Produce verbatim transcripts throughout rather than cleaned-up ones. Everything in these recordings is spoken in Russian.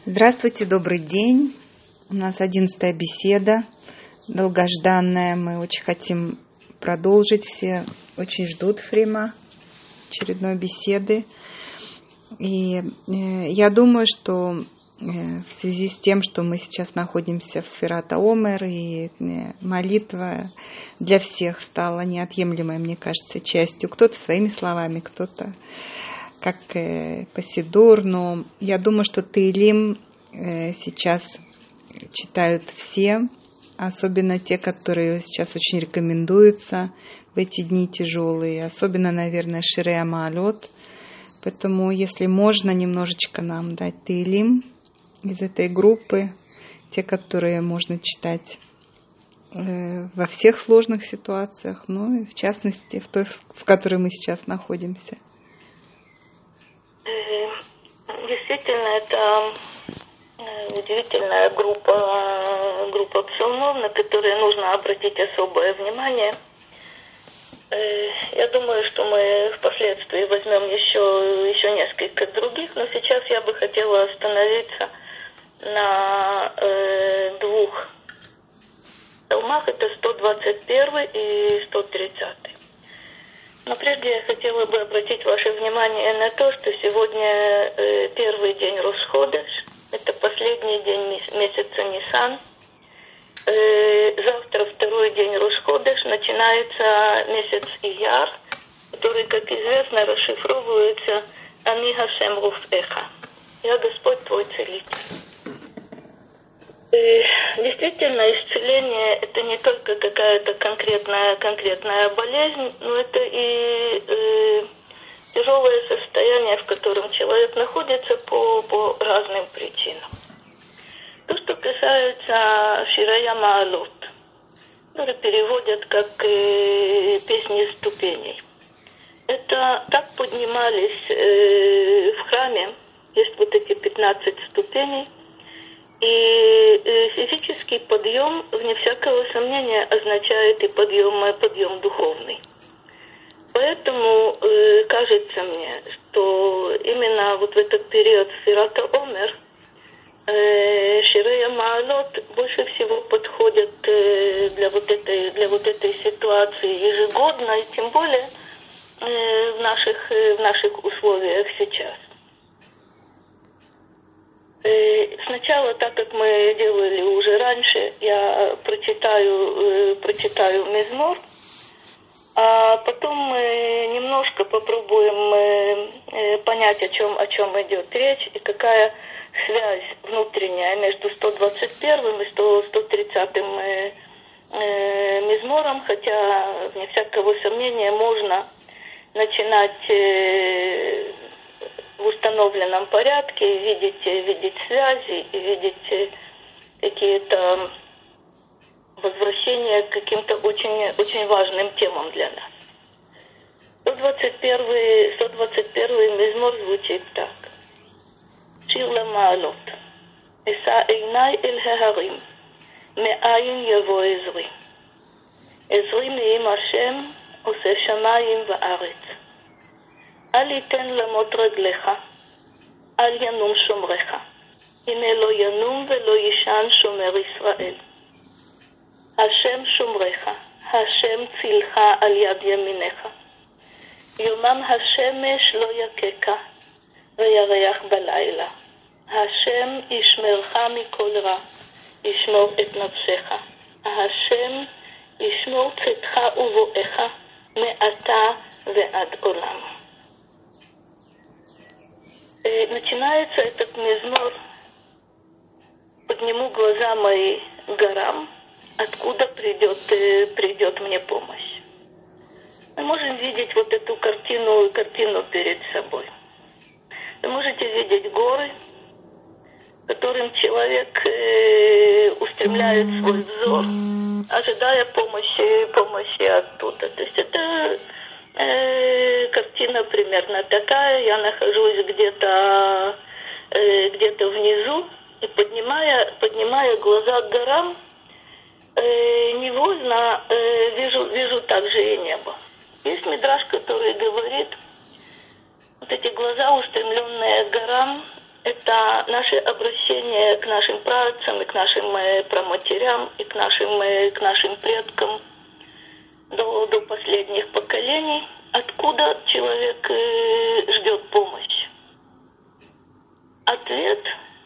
Здравствуйте, добрый день. У нас одиннадцатая беседа, долгожданная. Мы очень хотим продолжить. Все очень ждут Фрима очередной беседы. И я думаю, что в связи с тем, что мы сейчас находимся в Сфират ха-Омер, и молитва для всех стала неотъемлемой, мне кажется, частью. Кто-то своими словами, кто-то как э, по сидур, но я думаю, что Теилим э, сейчас читают все, особенно те, которые сейчас очень рекомендуются в эти дни тяжелые, особенно, наверное, Ширей ха-Маалот. Поэтому, если можно, немножечко нам дать Теилим из этой группы, те, которые можно читать э, во всех сложных ситуациях, ну и в частности в той, в которой мы сейчас находимся. Действительно, это удивительная группа, группа псалмов, на которые нужно обратить особое внимание. Я думаю, что мы впоследствии возьмем еще, еще несколько других, но сейчас я бы хотела остановиться на э, двух псалмах. Это сто двадцать первый и сто тридцатый. Но прежде я хотела бы обратить ваше внимание на то, что сегодня э, первый день Рош-ходеш, это последний день месяца Нисан. Э, завтра второй день Рош-ходеш, начинается месяц Ияр, который, как известно, расшифровывается «Ани Хашем Руфэха». «Я Господь твой целитель». Действительно, исцеление – это не только какая-то конкретная, конкретная болезнь, но это и э, тяжелое состояние, в котором человек находится по, по разным причинам. То, что касается Ширей ха-Маалот, которые переводят как э, песни ступеней. Это так поднимались э, в храме, есть вот эти пятнадцать ступеней, и физический подъем, вне всякого сомнения, означает и подъем, подъем духовный. Поэтому э, кажется мне, что именно вот в этот период Сфират ха-Омер э, Ширей ха-Маалот больше всего подходят э, для, вот этой, для вот этой ситуации ежегодно, и тем более э, в, наших, э, в наших условиях сейчас. Сначала, так как мы делали уже раньше, я прочитаю, прочитаю Мизмор, а потом мы немножко попробуем понять, о чем, о чем идет речь и какая связь внутренняя между сто двадцать первым и сто тридцатым Мизмором, хотя, вне всякого сомнения, можно начинать в установленном порядке, видеть, видеть связи, видеть какие-то возвращения к каким-то очень, очень важным темам для нас. сто двадцать первый, сто двадцать первый Мизмор звучит так. Шир ха-Маалот. Эса эйнай эль ха-Харим. Ме'аyin яво эзри. Эзри ме'им Ашем осе шамаим вa'aretz. אל ייתן למות רגליך, אל ינום שומרך. הנה לא ינום ולא ישן שומר ישראל. השם שומרך, השם צילך על יד ימינך. יומם השמש לא יככה, וירח בלילה. השם ישמרך מכל רע, ישמור את נפשך. השם ישמור צאתך ובואך, מעתה ועד עולם. Начинается этот мизмор. Подниму глаза мои к горам, откуда придет, придет мне помощь. Мы можем видеть вот эту картину, картину перед собой. Вы можете видеть горы, которым человек э, устремляет свой взор, ожидая помощи, помощи оттуда. То есть это Э, картина примерно такая. Я нахожусь где-то э, где-то внизу и поднимая, поднимая глаза к горам, э, невольно э, вижу, вижу также и небо. Есть мидраш, который говорит, вот эти глаза, устремленные к горам, это наше обращение к нашим праотцам, и к нашим э, праматерям, и к нашим, э, к нашим предкам до, до последних поколений, откуда человек э, ждет помощь. Ответ: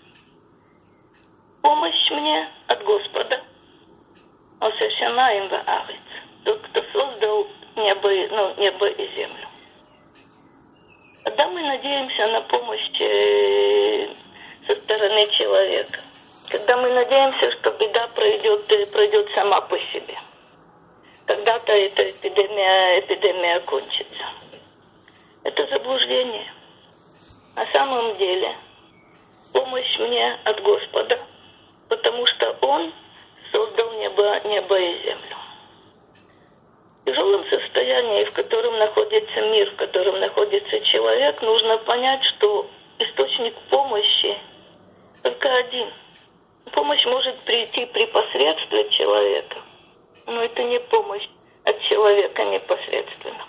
помощь мне от Господа, Осешанаим ваарец, тот, кто создал небо, ну, небо и землю. Когда мы надеемся на помощь э, со стороны человека, когда мы надеемся, что беда пройдет, э, пройдет сама по себе, когда-то эта эпидемия, эпидемия кончится, это заблуждение. На самом деле помощь мне от Господа, потому что Он создал небо, небо и землю. В тяжелом состоянии, в котором находится мир, в котором находится человек, нужно понять, что источник помощи только один. Помощь может прийти при посредстве человека, но это не помощь от человека непосредственно.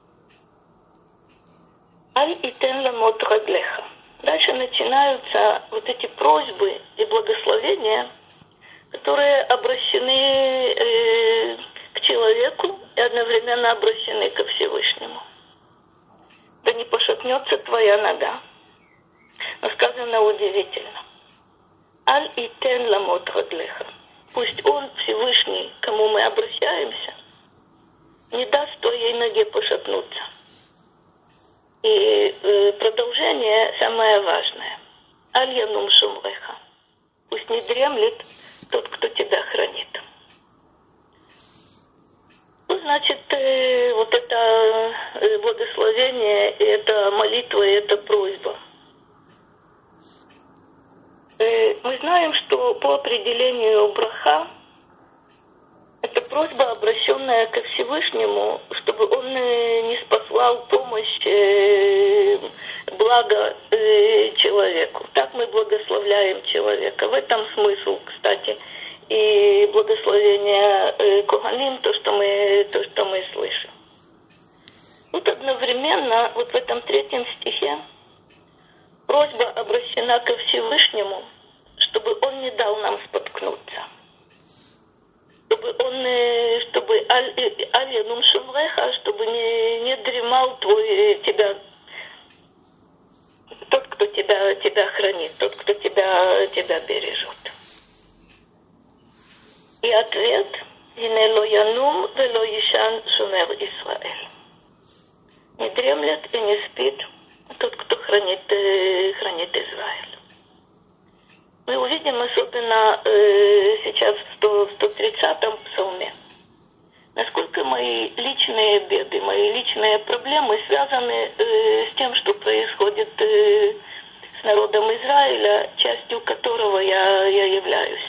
Аль итен ламот раглеха. Дальше начинаются вот эти просьбы и благословения, которые обращены э, к человеку и одновременно обращены ко Всевышнему. Да не пошатнется твоя нога. Но сказано удивительно. Аль итен ламот раглеха. Пусть Он, Всевышний, к кому мы обращаемся, не даст твоей ноге пошатнуться. И э, продолжение самое важное. Аль янум шумреха. Пусть не дремлет тот, кто тебя хранит. Ну, значит, э, вот это э, благословение, это молитва, это просьба. Э, мы знаем, что по определению браха это просьба, обращенная ко Всевышнему, чтобы Он э, не спаслал помощь, э, благо э, человеку. Так мы благословляем человека. В этом смысл, кстати, и благословение э, Коганим, то, что мы, то, что мы слышим. Тут одновременно, вот в этом третьем стихе, просьба обращена ко Всевышнему, чтобы Он не дал нам споткнуться. Чтобы он, чтобы аль-янум шумреха, чтобы не, не дремал твой, тебя, тот, кто тебя, тебя хранит, тот, кто тебя, тебя бережет. И ответ: «Ине ло янум вело ишан шумер Исраэль». Не дремлет и не спит тот, кто хранит, хранит Израиль. Мы увидим особенно э, сейчас в сто тридцатом псалме, насколько мои личные беды, мои личные проблемы связаны э, с тем, что происходит э, с народом Израиля, частью которого я, я являюсь.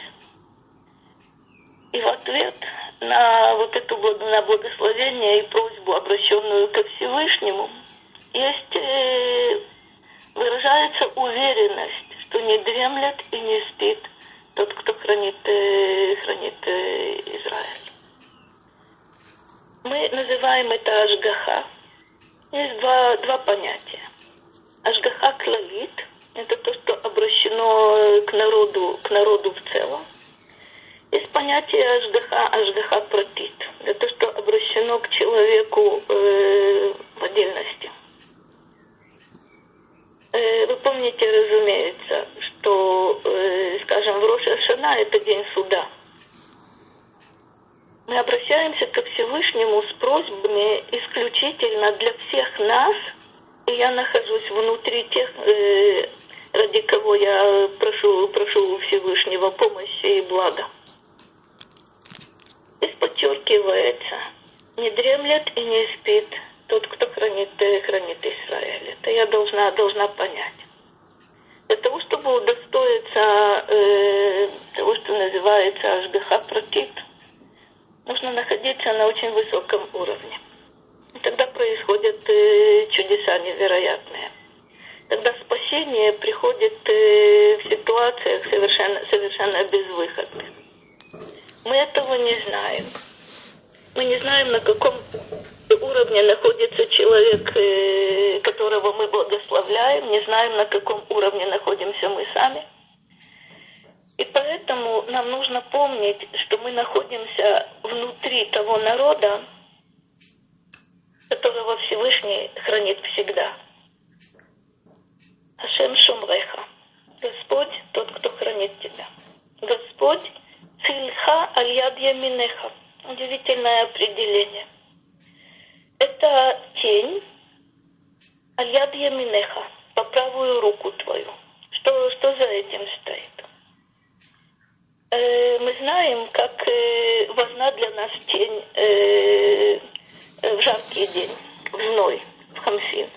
И в ответ на вот эту на благословение и просьбу, обращенную ко Всевышнему, есть э, выражается уверенность, что не дремлет и не спит тот, кто хранит, э, хранит э, Израиль. Мы называем это ашгаха. Есть два, два понятия. Ашгаха клалит – это то, что обращено к народу, к народу в целом. Есть понятие ашгаха, ашгаха пратит. Это то, что обращено к человеку э, в отдельности. Вы помните, разумеется, что, скажем, в Рош ха-Шана это день суда. Мы обращаемся ко Всевышнему с просьбами исключительно для всех нас, и я нахожусь внутри тех, ради кого я прошу, прошу у Всевышнего помощи и блага. Здесь подчеркивается: не дремлет и не спит тот, кто хранит, хранит Израиль. Это я должна, должна понять. Для того, чтобы удостоиться э, того, что называется ашгаха пратит, нужно находиться на очень высоком уровне. И тогда происходят э, чудеса невероятные. Тогда спасение приходит э, в ситуациях совершенно, совершенно безвыходных. Мы этого не знаем. Мы не знаем, на каком уровне находится человек, которого мы благословляем, не знаем, на каком уровне находимся мы сами. И поэтому нам нужно помнить, что мы находимся внутри того народа, которого Всевышний хранит всегда. Ашем Шумреха. Господь тот, кто хранит тебя. Господь Цильха Аль-Яд Яминеха. Удивительное определение. Это тень Аль-Яд Яминеха, по правую руку твою. Что, что за этим стоит? Э, мы знаем, как э, важна для нас тень э, в жаркий день, в зной, в хамсин.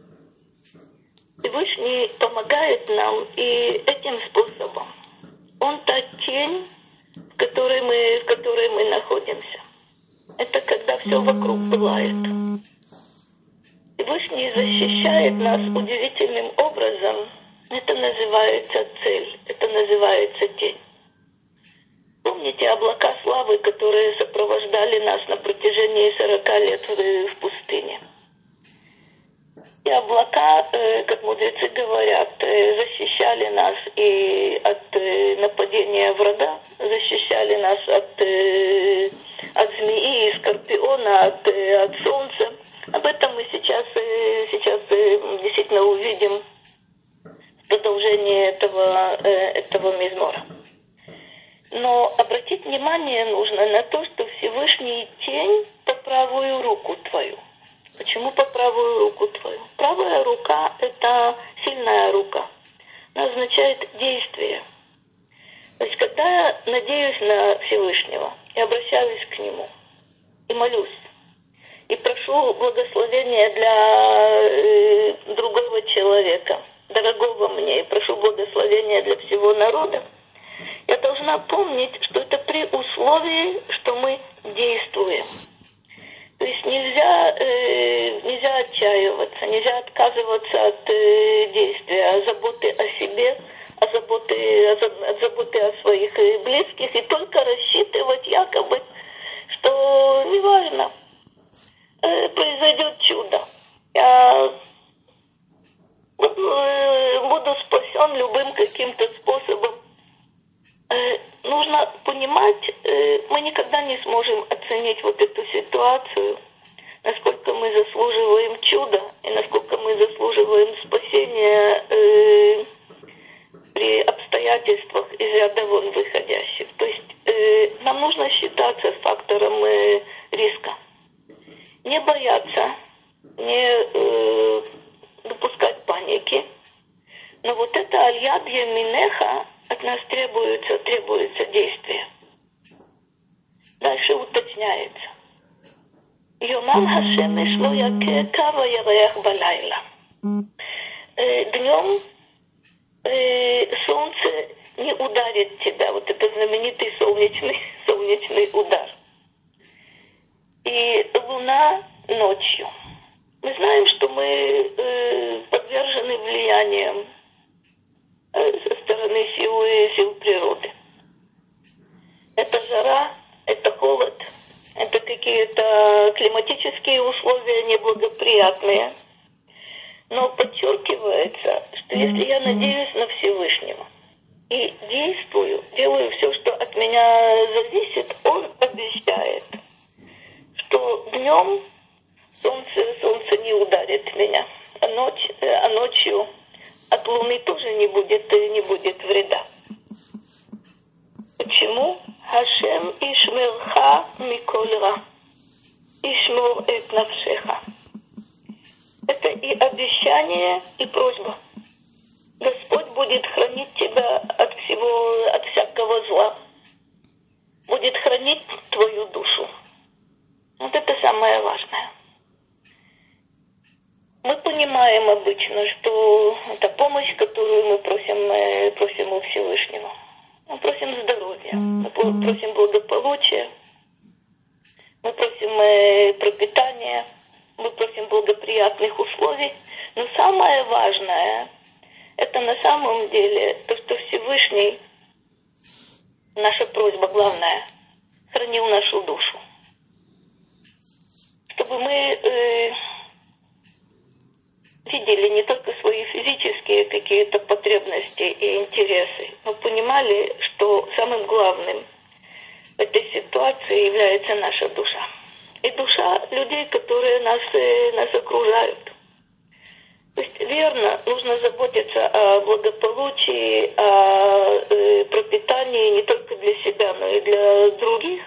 Всевышний помогает нам и этим способом. Он та тень, в которой мы, в которой мы находимся. Это когда все вокруг пылает. Всевышний защищает нас удивительным образом. Это называется цель, это называется тень. Помните облака славы, которые сопровождали нас на протяжении сорока лет в, в пустыне? И облака, э, как мудрецы говорят, э, защищали нас и от э, нападения врага, защищали нас от, э, от змеи и скорпиона, от, э, от солнца. Об этом мы сейчас, э, сейчас э, действительно увидим в продолжении этого, э, этого мизмора. Но обратить внимание нужно на то, что Всевышний тень по правую руку твою. Почему по правую руку твою? Правая рука – это сильная рука. Она означает действие. То есть, когда я надеюсь на Всевышнего и обращаюсь к Нему, и молюсь, и прошу благословения для э, другого человека, дорогого мне, и прошу благословения для всего народа, я должна помнить, что это при условии, что мы действуем. То есть нельзя, э, нельзя отчаиваться, нельзя отказываться от э, действия, от заботы о себе, от заботы, от заботы о своих близких, и только рассчитывать якобы, что неважно, э, произойдет чудо. Я э, буду спасен любым каким-то способом. Нужно понимать, мы никогда не сможем оценить вот эту ситуацию, насколько мы заслуживаем чуда и насколько мы заслуживаем спасения э, при обстоятельствах из ряда вон выходящих. То есть э, нам нужно считаться с фактором э, риска. Не бояться, не э, допускать паники. Но вот это аль-яд яминеха от нас требуется, требуется действие. Дальше уточняется. Йомам хашемеш ло яке кава ярех балайла. Днем солнце не ударит тебя. Вот это знаменитый солнечный, солнечный удар. И луна ночью. Мы знаем, что мы подвержены влияниям со стороны силы, сил природы. Это жара, это холод, это какие-то климатические условия неблагоприятные. Но подчеркивается, что если я надеюсь на Всевышнего и действую, делаю все, что от меня зависит, Он обещает, что днем солнце, солнце не ударит меня, а, ночь, а ночью от Луны тоже не будет, не будет вреда. Почему? Хашем ишмерха миколь ра. Ишмор эт навшеха. Это и обещание, и просьба. Господь будет хранить тебя от всего, от всякого зла. Будет хранить твою душу. Вот это самое важное. Мы понимаем обычно, что это помощь, которую мы просим, просим у Всевышнего. Мы просим здоровья, мы просим благополучия, мы просим пропитания, мы просим благоприятных условий. Но самое важное, это на самом деле то, что Всевышний, наша просьба главная, хранил нашу душу. чтобы мы э, видели не только свои физические какие-то потребности и интересы, но понимали, что самым главным в этой ситуации является наша душа. И душа людей, которые нас, э, нас окружают. То есть, верно, нужно заботиться о благополучии, о э, пропитании не только для себя, но и для других.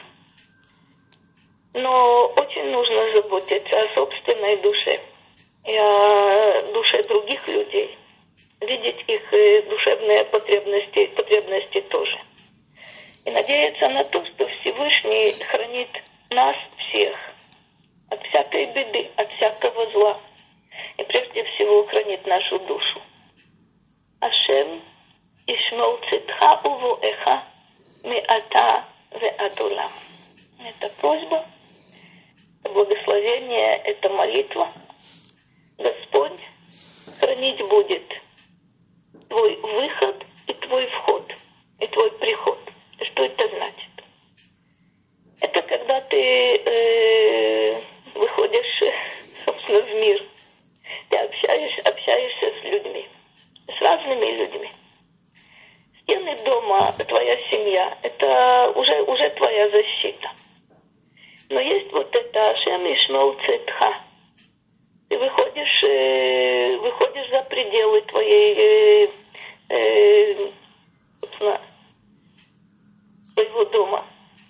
Но очень нужно заботиться о собственной душе и о душе других людей. Видеть их э, душевные потребности, потребности тоже. И надеяться на то, что Всевышний хранит нас всех от всякой беды, от всякого зла. И прежде всего хранит нашу душу. Ашем ишмор цитха увоэха миата веад олам. Это просьба, это благословение, это молитва. Господь хранить будет твой выход и твой вход, и твой приход. Что это значит? Это когда ты э, выходишь, собственно, в мир. Ты общаешься, общаешься с людьми, с разными людьми. Стены дома, твоя семья, это уже, уже твоя защита. Но есть вот это Ашем ишмор цитха. Ты выходишь, э, выходишь за пределы твоей, э, э, собственно, твоего дома,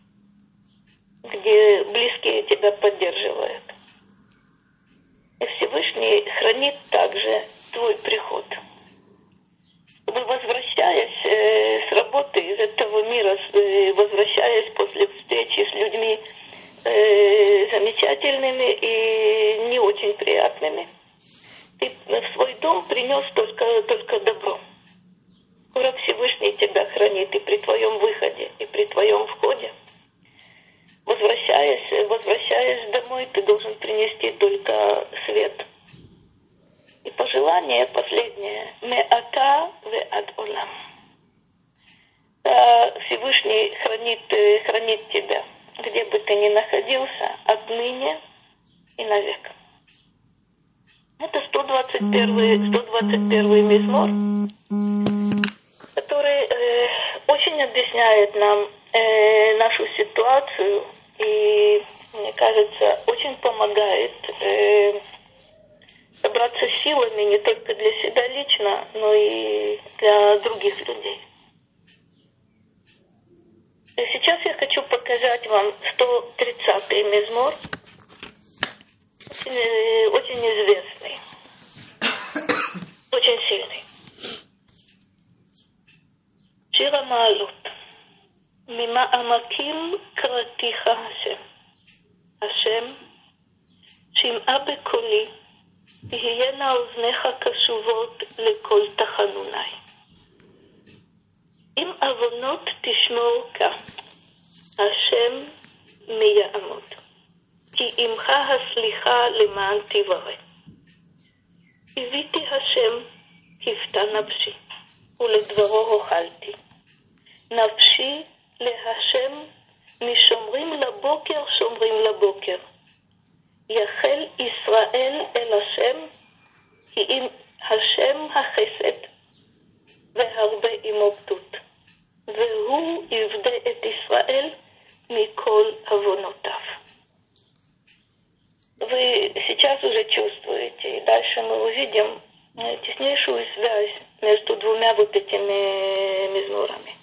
где близкие тебя поддерживают. И Всевышний хранит также твой приход. Чтобы, возвращаясь э, с работы из этого мира, э, возвращаясь после встречи с людьми э, замечательными и не очень приятными, ты в свой дом принес только, только добро. Скоро Всевышний тебя хранит и при твоем выходе, и при твоем входе. Возвращаясь, возвращаясь домой, ты должен принести только свет. И пожелание последнее. Меата веад олам. Всевышний хранит, хранит тебя, где бы ты ни находился, отныне и навек. Это сто двадцать первый, сто двадцать первый мизмор, который э, очень объясняет нам э, нашу ситуацию и, мне кажется, очень помогает э, собраться силами не только для себя лично, но и для других людей. И сейчас я хочу показать вам сто тридцатый мизмор, очень, очень известный, очень сильный. שיר המעלות, ממעמקים קראתיך השם. השם, שמעה בקולי, תהיינה אוזניך קשובות לכל תחנוני. אם עוונות תשמור כך, השם מי יעמוד. כי עמך הסליחה למען תברא. הביתי השם, הפתה נפשי. ולדברו הוכלתי. נפשי להשם משומרים לבוקר שומרים לבוקר. יחל ישראל אל השם כי אם השם החסד והרבה עמו גדות. והוא יפדה את ישראל מכל עוונותיו. Вы сейчас уже чувствуете, и дальше мы увидим теснейшую связь между двумя вот этими мизморами.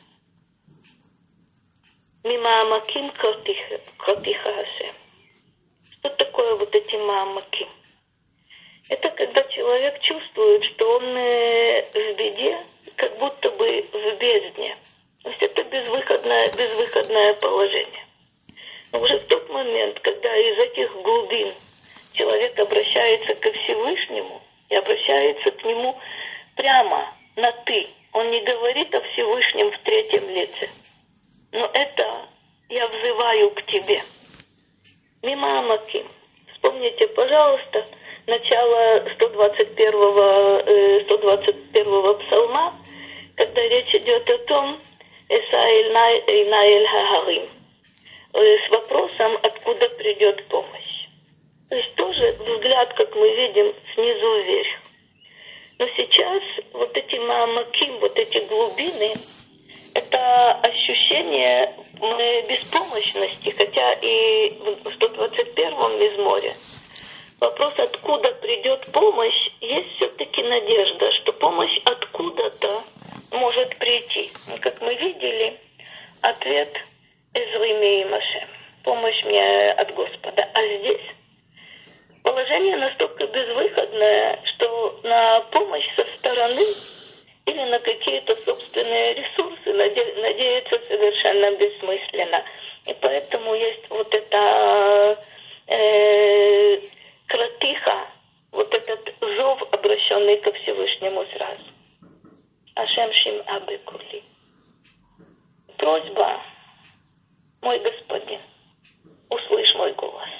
Мимаамаким кратиха Ашем. Что такое вот эти маамаким? Это когда человек чувствует, что он в беде, как будто бы в бездне. То есть это безвыходное, безвыходное положение. Но уже в тот момент, когда из этих глубин человек обращается ко Всевышнему, и обращается к нему прямо на «ты». Он не говорит о Всевышнем в третьем лице. Но это «я взываю к тебе». Мимаамаким. Вспомните, пожалуйста, начало сто двадцать первого, сто двадцать первого псалма, когда речь идет о том «Эсаэль найэль хахарим», с вопросом, откуда придет помощь. То есть тоже взгляд, как мы видим, снизу вверх. Но сейчас вот эти маамаким, вот эти глубины, это ощущение беспомощности, хотя и в сто двадцать первом мизморе вопрос, откуда придет помощь, есть все-таки надежда, что помощь откуда-то может прийти. Как мы видели, ответ «Эзрими Машем», помощь мне от Господа. А здесь положение настолько безвыходное, что на помощь со стороны или на какие-то собственные ресурсы надеяться совершенно бессмысленно. И поэтому есть вот эта э, кратиха, вот этот зов, обращенный ко Всевышнему сразу. Ашем шим абы кули. Просьба, мой господин, услышь мой голос.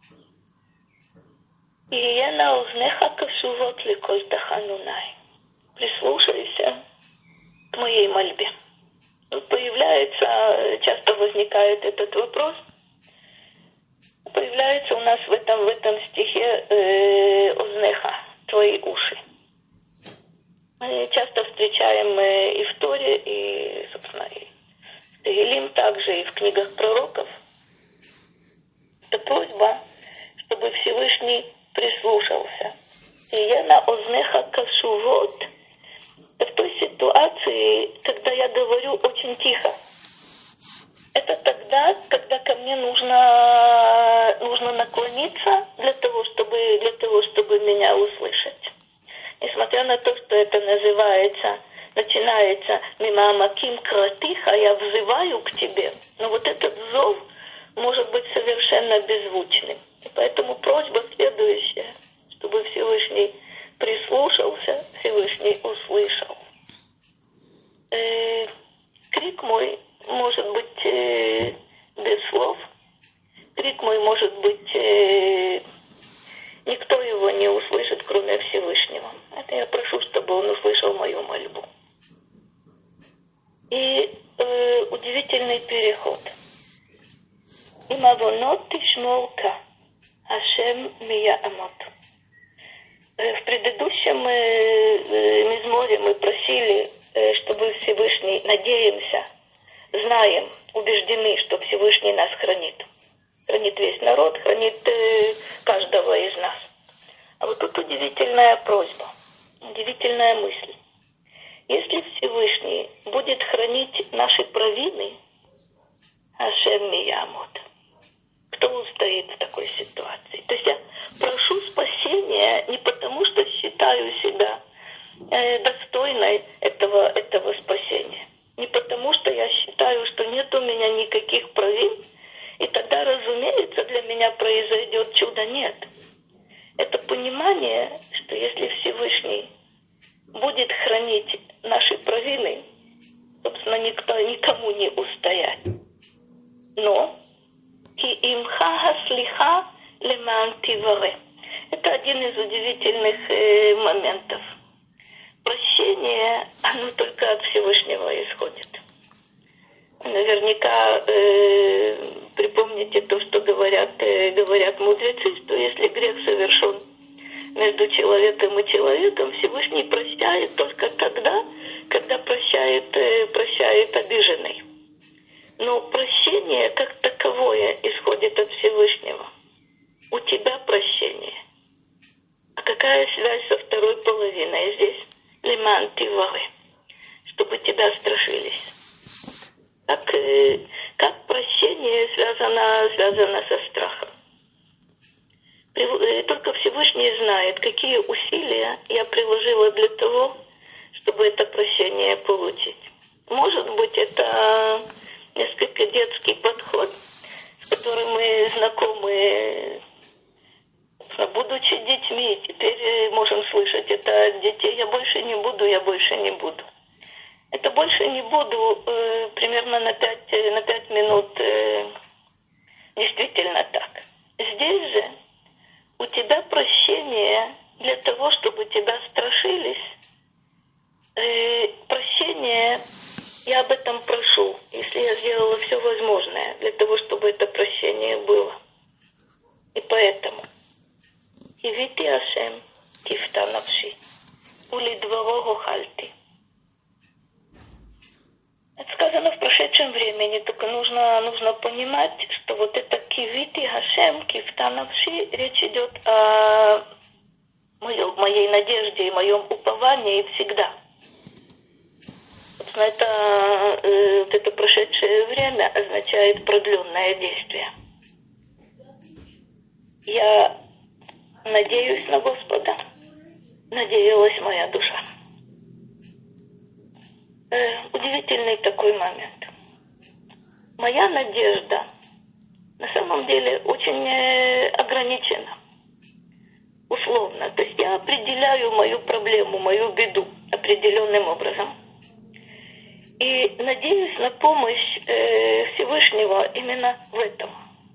И ена узнеха кашувот леколь таханунай. Прислушайся к моей мольбе. Тут появляется, часто возникает этот вопрос, появляется у нас в этом, в этом стихе э, узнеха, твои уши. Мы часто встречаем и в Торе, и, собственно, и в Тегилим, также и в книгах пророков. Это просьба, чтобы Всевышний прислушался. И я на ознеха кашувот, в той ситуации, когда я говорю очень тихо. Это тогда, когда ко мне нужно, нужно наклониться для того, чтобы, для того, чтобы меня услышать. Несмотря на то, что это называется, начинается «Мимаамаким кратиха», я взываю к тебе, но вот этот зов может быть совершенно беззвучным. И поэтому просьба следующая, чтобы Всевышний прислушался, Всевышний услышал. Э, крик мой может быть э, без слов, крик мой может быть, э, никто его не услышит, кроме Всевышнего. Это я прошу, чтобы он услышал мою мольбу. И э, удивительный переход. Им авонот тишмолка, Ашем мия амот. В предыдущем мизморе мы просили, чтобы Всевышний, надеемся, знаем, убеждены, что Всевышний нас хранит. Хранит весь народ, хранит каждого из нас. А вот тут удивительная просьба, удивительная мысль. Если Всевышний будет хранить наши провины, Ашем миямот, кто устоит в такой ситуации? То есть я прошу спасения не потому, что считаю себя э, достойной этого, этого спасения. Не потому, что я считаю, что нет у меня никаких провин, и тогда, разумеется, для меня произойдет чудо. Нет. Это понимание, что если Всевышний будет хранить наши провины, собственно, никто, никому не устоять. Но это один из удивительных э, моментов. Прощение, оно только от Всевышнего исходит. Наверняка э, припомните то, что говорят, э, говорят мудрецы, что если грех совершен между человеком и человеком, Всевышний прощает только тогда, когда прощает, э, прощает обиженный. Но прощение как таковое исходит от Всевышнего. У тебя прощение. А какая связь со второй половиной здесь? Лиман тивары. Чтобы тебя страшились. Как, как прощение связано, связано со страхом. Только Всевышний знает, какие усилия я приложила для того, чтобы это прощение получить. Может быть, это несколько детский подход, с которым мы знакомы, будучи детьми. Теперь можем слышать это от детей. Я больше не буду, я больше не буду. Это больше не буду э, примерно на пять, на пять минут э, действительно так. Здесь же у тебя прощение для того, чтобы тебя страшились. Э, прощение, я об этом прошу, если я сделала все возможное для того, чтобы это прощение было. И поэтому Кивити Ашем, кифта навши, улидворо гохальти. Это сказано в прошедшем времени, только нужно, нужно понимать, что вот это кивити Ашем, кифта навши, речь идет о моей, моей надежде и моем уповании всегда. Собственно, это, э, вот это прошедшее время означает продленное действие. Я надеюсь на Господа, надеялась моя душа. Э, удивительный такой момент. Моя надежда на самом деле очень э, ограничена, условно. То есть я определяю мою проблему, мою беду определенным образом. И надеюсь на помощь э, Всевышнего именно в этом.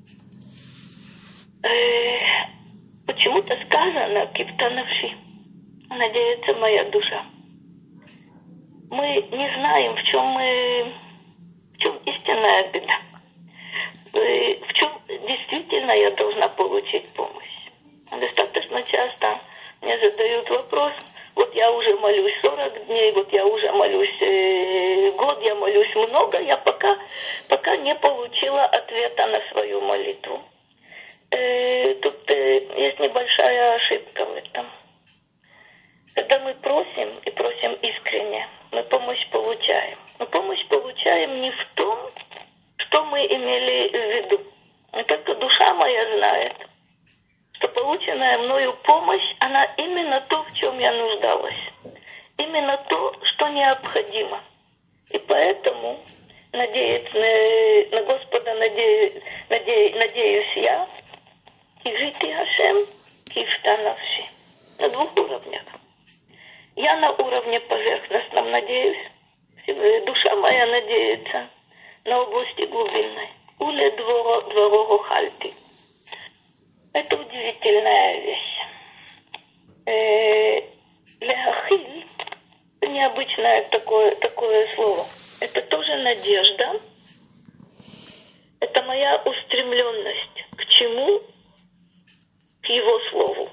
Э, почему-то сказано «кифта навши», надеется моя душа. Мы не знаем, в чем, мы, в чем истинная беда, э, в чем действительно я должна получить помощь. Достаточно часто мне задают вопрос: вот я уже молюсь сорок дней, вот я уже молюсь э, год, я молюсь много, я пока, пока не получила ответа на свою молитву. Э, тут э, есть небольшая ошибка в этом. Когда мы просим, и просим искренне, мы помощь получаем. Но помощь получаем не в том, что мы имели в виду. Не только душа моя знает, что полученная мною помощь, она именно то, в чем я нуждалась. Именно то, что необходимо. И поэтому надеюсь, на, на Господа надеюсь, надеюсь, надеюсь я, кивити Ашем, кифта навши. На двух уровнях. Я на уровне поверхностном надеюсь, душа моя надеется на области глубинной. Уле дворо, дворо хальти. Это удивительная вещь. Э, Лехахиль, необычное такое, такое слово. Это тоже надежда. Это моя устремленность. К чему? К Его слову.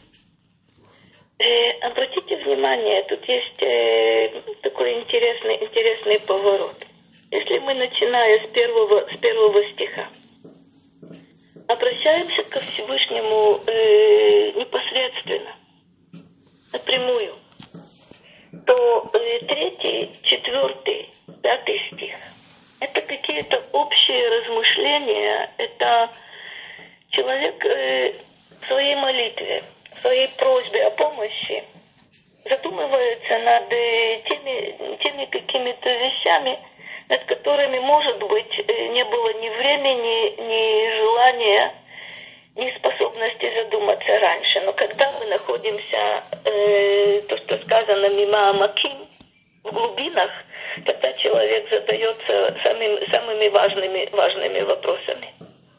Э, обратите внимание, тут есть э, такой интересный, интересный поворот. Если мы, начиная с первого, с первого стиха, обращаемся ко Всевышнему э, непосредственно, напрямую, то э, третий, четвертый, пятый стих — это какие-то общие размышления, это человек э, в своей молитве, в своей просьбе о помощи задумывается над э, теми, теми какими-то вещами, над которыми, может быть, не было ни времени, ни желания, ни способности задуматься раньше. Но когда мы находимся, э, то, что сказано «мима амаким», в глубинах, тогда человек задается самым, самыми важными, важными вопросами.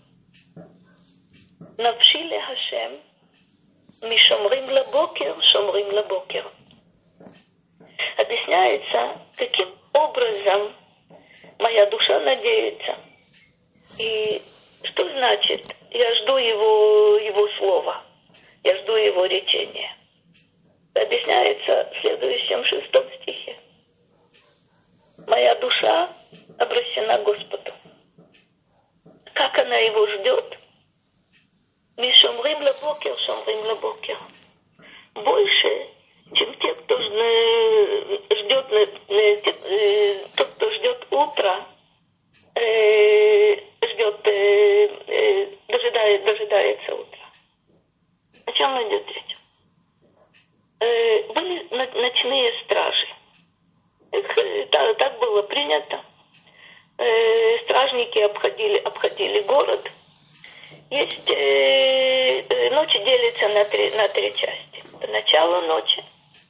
«Навши ле Хашем, мишомрим лабокер, шомрим лабокер». Объясняется, каким образом моя душа надеется. И что значит? Я жду его, его слова. Я жду его речения. Объясняется в следующем шестом стихе. Моя душа обращена к Господу. Как она его ждет? Мишомрим лабокер, шомрим лабокер. Больше, чем те, кто ждет, тот, кто ждет утра, ждет, дожидает, дожидается утра. О чем идет речь? Были ночные стражи. Так, так было принято. Стражники обходили, обходили город. Есть ночь делится на три, на три части. Начало ночи,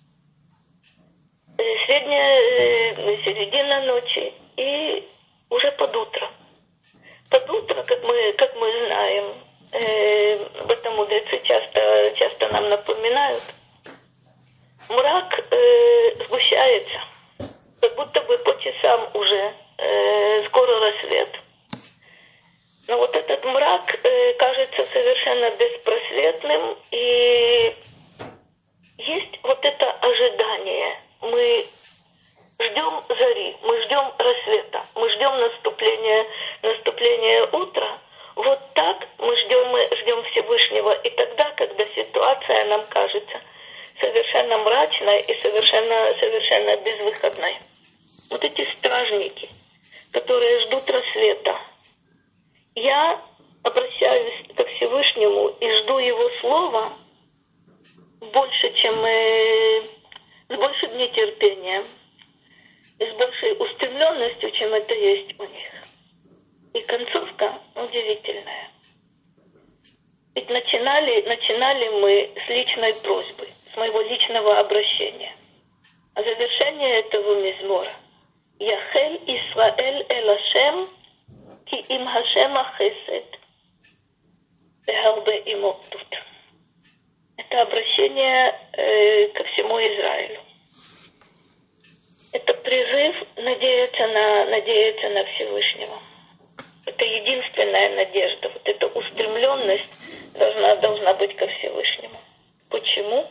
средняя, середина ночи и уже под утро. Под утро, как мы, как мы знаем, э, об этом мудрецы часто, часто нам напоминают, мрак э, сгущается, как будто бы по часам уже э, скоро рассвет. Но вот этот мрак э, кажется совершенно совершенно беспросветным, и есть вот это ожидание. Мы ждем зари, мы ждем рассвета, мы ждем наступления, наступления утра. Вот так мы ждем, мы ждем Всевышнего. И тогда, когда ситуация нам кажется совершенно мрачной и совершенно, совершенно безвыходной. Вот эти стражники, которые ждут рассвета. Я обращаюсь ко Всевышнему и жду Его слова больше, чем э, с большим нетерпением и с большей устремленностью, чем это есть у них. И концовка удивительная. Ведь начинали, начинали мы с личной просьбы, с моего личного обращения. А завершение этого мизмора Яхель Исраэль эль Ашем ки им Хашема хесед бехарбе имоттут. Это обращение э, ко всему Израилю. Это призыв надеяться на, надеяться на Всевышнего. Это единственная надежда. Вот эта устремленность должна, должна быть ко Всевышнему. Почему?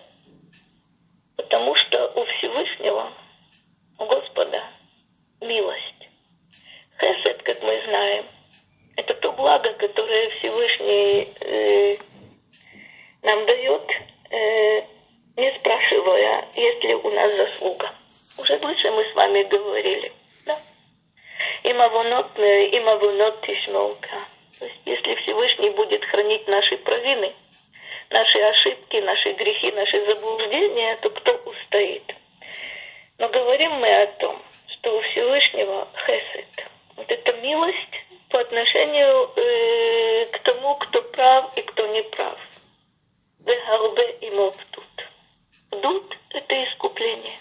Потому что у Всевышнего, у Господа, милость. Хесед, как мы знаем, это то благо, которое Всевышний э, нам дает, э, не спрашивая, есть ли у нас заслуга. Уже выше мы с вами говорили. Да? Им авонот, им авонот тишмолка. То есть, если Всевышний будет хранить наши провины, наши ошибки, наши грехи, наши заблуждения, то кто устоит? Но говорим мы о том, что у Всевышнего хесед. Вот эта милость по отношению э, к тому, кто прав и кто не прав. Вехарбе и мовтут. Дуд – это искупление.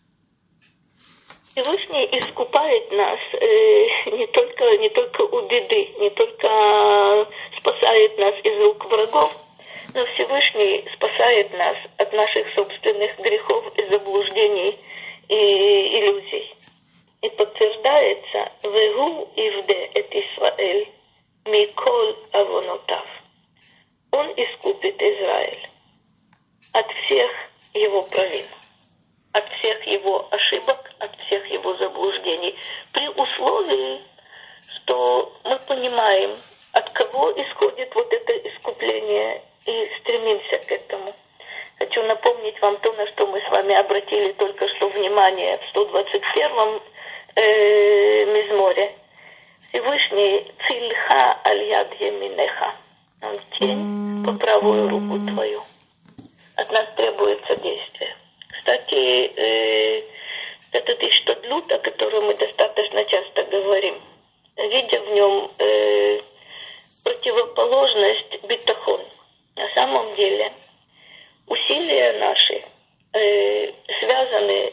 Всевышний искупает нас э, не только, не только у беды, не только спасает нас из рук врагов, но Всевышний спасает нас от наших собственных грехов и заблуждений и иллюзий. И подтверждается «Вегу ивде эт Исраэль микол авонотав». Он искупит Израиль от всех его провин, от всех его ошибок, от всех его заблуждений, при условии, что мы понимаем, от кого исходит вот это искупление, и стремимся к этому. Хочу напомнить вам то, на что мы с вами обратили только что внимание в сто двадцать первом э, мизморе. Всевышний «Цильха аль-яд еминеха». Он тень по правую руку твою. От нас требуется действие. Кстати, э, этот иштадлут, о котором мы достаточно часто говорим, видя в нем э, противоположность битахон. На самом деле усилия наши э, связаны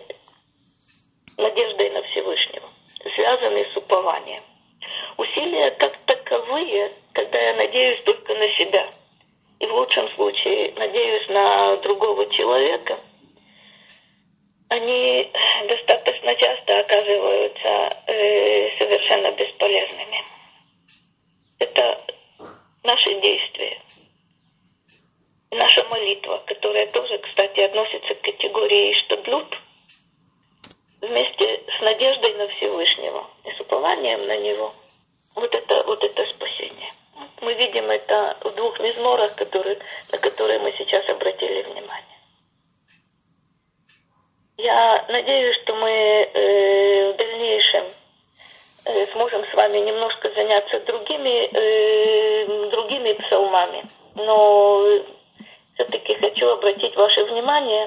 с надеждой на Всевышнего, связаны с упованием. Усилия как таковые, когда я надеюсь только на себя, и в лучшем случае надеюсь на другого человека, они достаточно часто оказываются э, совершенно бесполезными. Это наши действия. Наша молитва, которая тоже, кстати, относится к категории иштадлут, вместе с надеждой на Всевышнего и с упованием на Него, вот это, вот это спасение. Мы видим это в двух мизморах, которые, на которые мы сейчас обратили внимание. Я надеюсь, что мы э, в дальнейшем э, сможем с вами немножко заняться другими, э, другими псалмами, но все-таки хочу обратить ваше внимание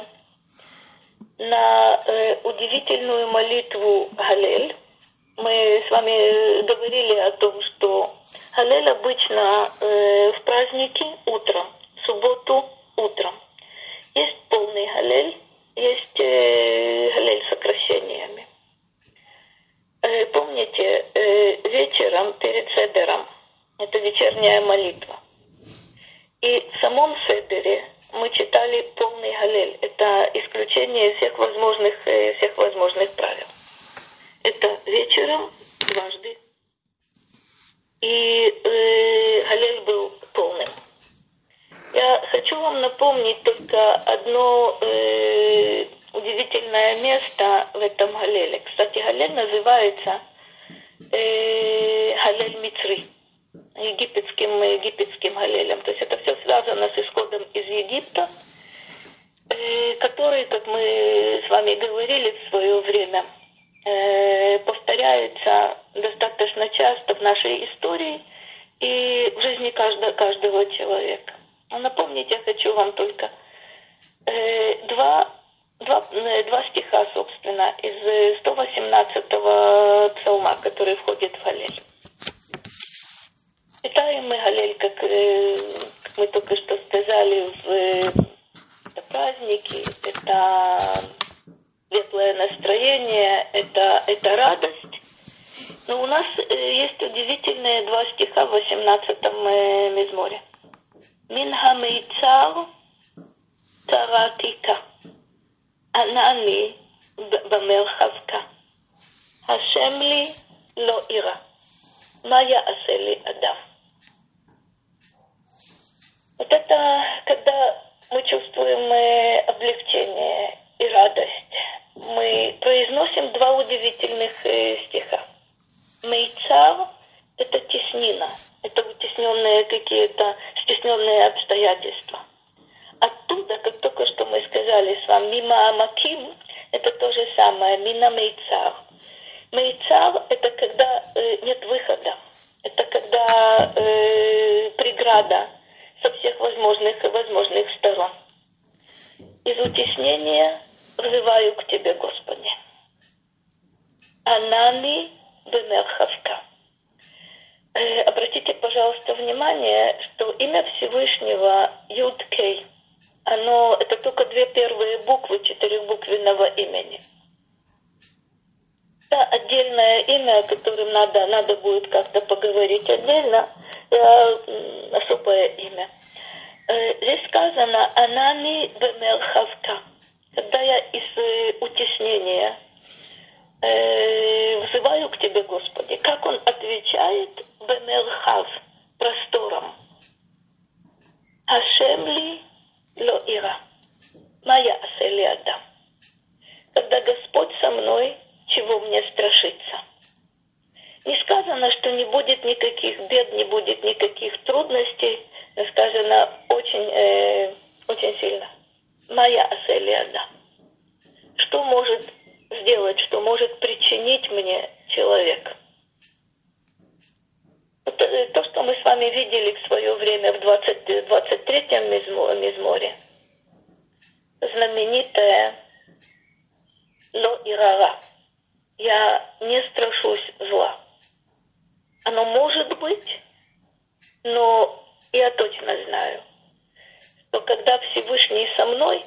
на э, удивительную молитву Галель. Мы с вами говорили о том, что Галель обычно э, в праздники утром, в субботу утром. Есть полный Галель, есть э, Галель с сокращениями. Э, помните, э, вечером перед Седером, это вечерняя молитва. И в самом Седере мы читали полный Галель. Это исключение всех возможных, всех возможных правил. Это вечером дважды. И э, Галель был полным. Я хочу вам напомнить только одно э, удивительное место в этом Галеле. Кстати, Галель называется э, Галель Мицри, египетским, египетским Галелем. То есть это все связано с исходом из Египта, э, который, как мы с вами говорили в свое время, э, повторяется достаточно часто в нашей истории и в жизни каждого, каждого человека. А напомнить я хочу вам только э, два, два, э, два стиха, собственно, из сто восемнадцатого псалма, который входит в Галель. Читаем мы Галель, как, э, как мы только что сказали, в, э, это праздники, это светлое настроение, это, это радость. Но у нас э, есть удивительные два стиха в восемнадцатом э, мизморе. Мин хамейцар таратика, анани бамерхавка, Хашем ли ло ира, ма яасе ли адам. Вот это, когда мы чувствуем э, облегчение и радость, мы произносим два удивительных э, стиха. Мейцар – это теснина, это утесненные какие-то, стесненные обстоятельства. Оттуда, как только что мы сказали с вами, мима амаким – это то же самое, мина мейцар. Мейцар – это когда э, нет выхода, это когда э, преграда со всех возможных и возможных сторон. Из утеснения взываю к Тебе, Господи. Анани бемерхавка. Э, обратите, пожалуйста, внимание, что имя Всевышнего Юд-Кей, оно, это только две первые буквы четырехбуквенного имени. Это отдельное имя, о котором надо, надо будет как-то поговорить отдельно, э, особое имя. Э, здесь сказано «Анани бемерхавка», когда я из э, утеснения э, взываю к Тебе, Господи. Как он отвечает бемерхав, простором. «Хашем ли ло ира, ма яасе ли адам». Когда Господь со мной, чего мне страшиться? Не сказано, что не будет никаких бед, не будет никаких трудностей, но сказано очень, э, очень сильно. Моя аселиада. Что может сделать, что может причинить мне человек? Вот, э, то, что мы с вами видели в свое время в двадцать третьем мизморе, знаменитое «Ло ирара». Я не страшусь зла. Оно может быть, но я точно знаю, что когда Всевышний со мной,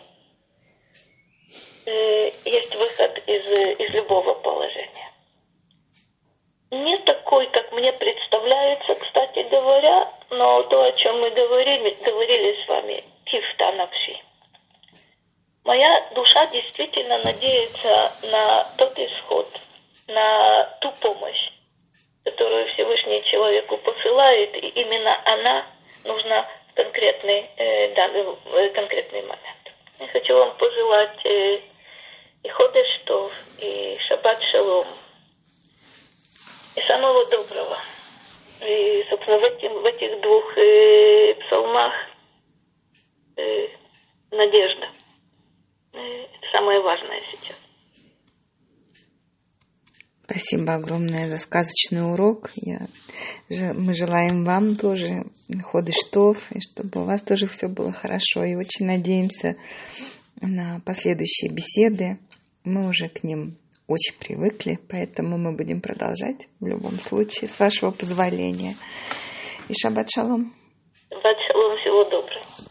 э, есть выход из, из любого положения. Не такой, как мне представляется, кстати говоря, но то, о чем мы говорили, говорили с вами, кифта навши. Моя душа действительно надеется на тот исход, на ту помощь, которую Всевышний человеку посылает, и именно она нужна в конкретный, э, данный, в конкретный момент. Я хочу вам пожелать э, и ходеш тов, и шаббат шалом, и самого доброго. И, собственно, в, этим, в этих двух э, псалмах э, надежда. Это самое важное сейчас. Спасибо огромное за сказочный урок. Я, мы желаем вам тоже ходеш тов, и чтобы у вас тоже все было хорошо. И очень надеемся на последующие беседы. Мы уже к ним очень привыкли, поэтому мы будем продолжать в любом случае, с вашего позволения. И шаббат шалом. Шаббат шалом, всего доброго.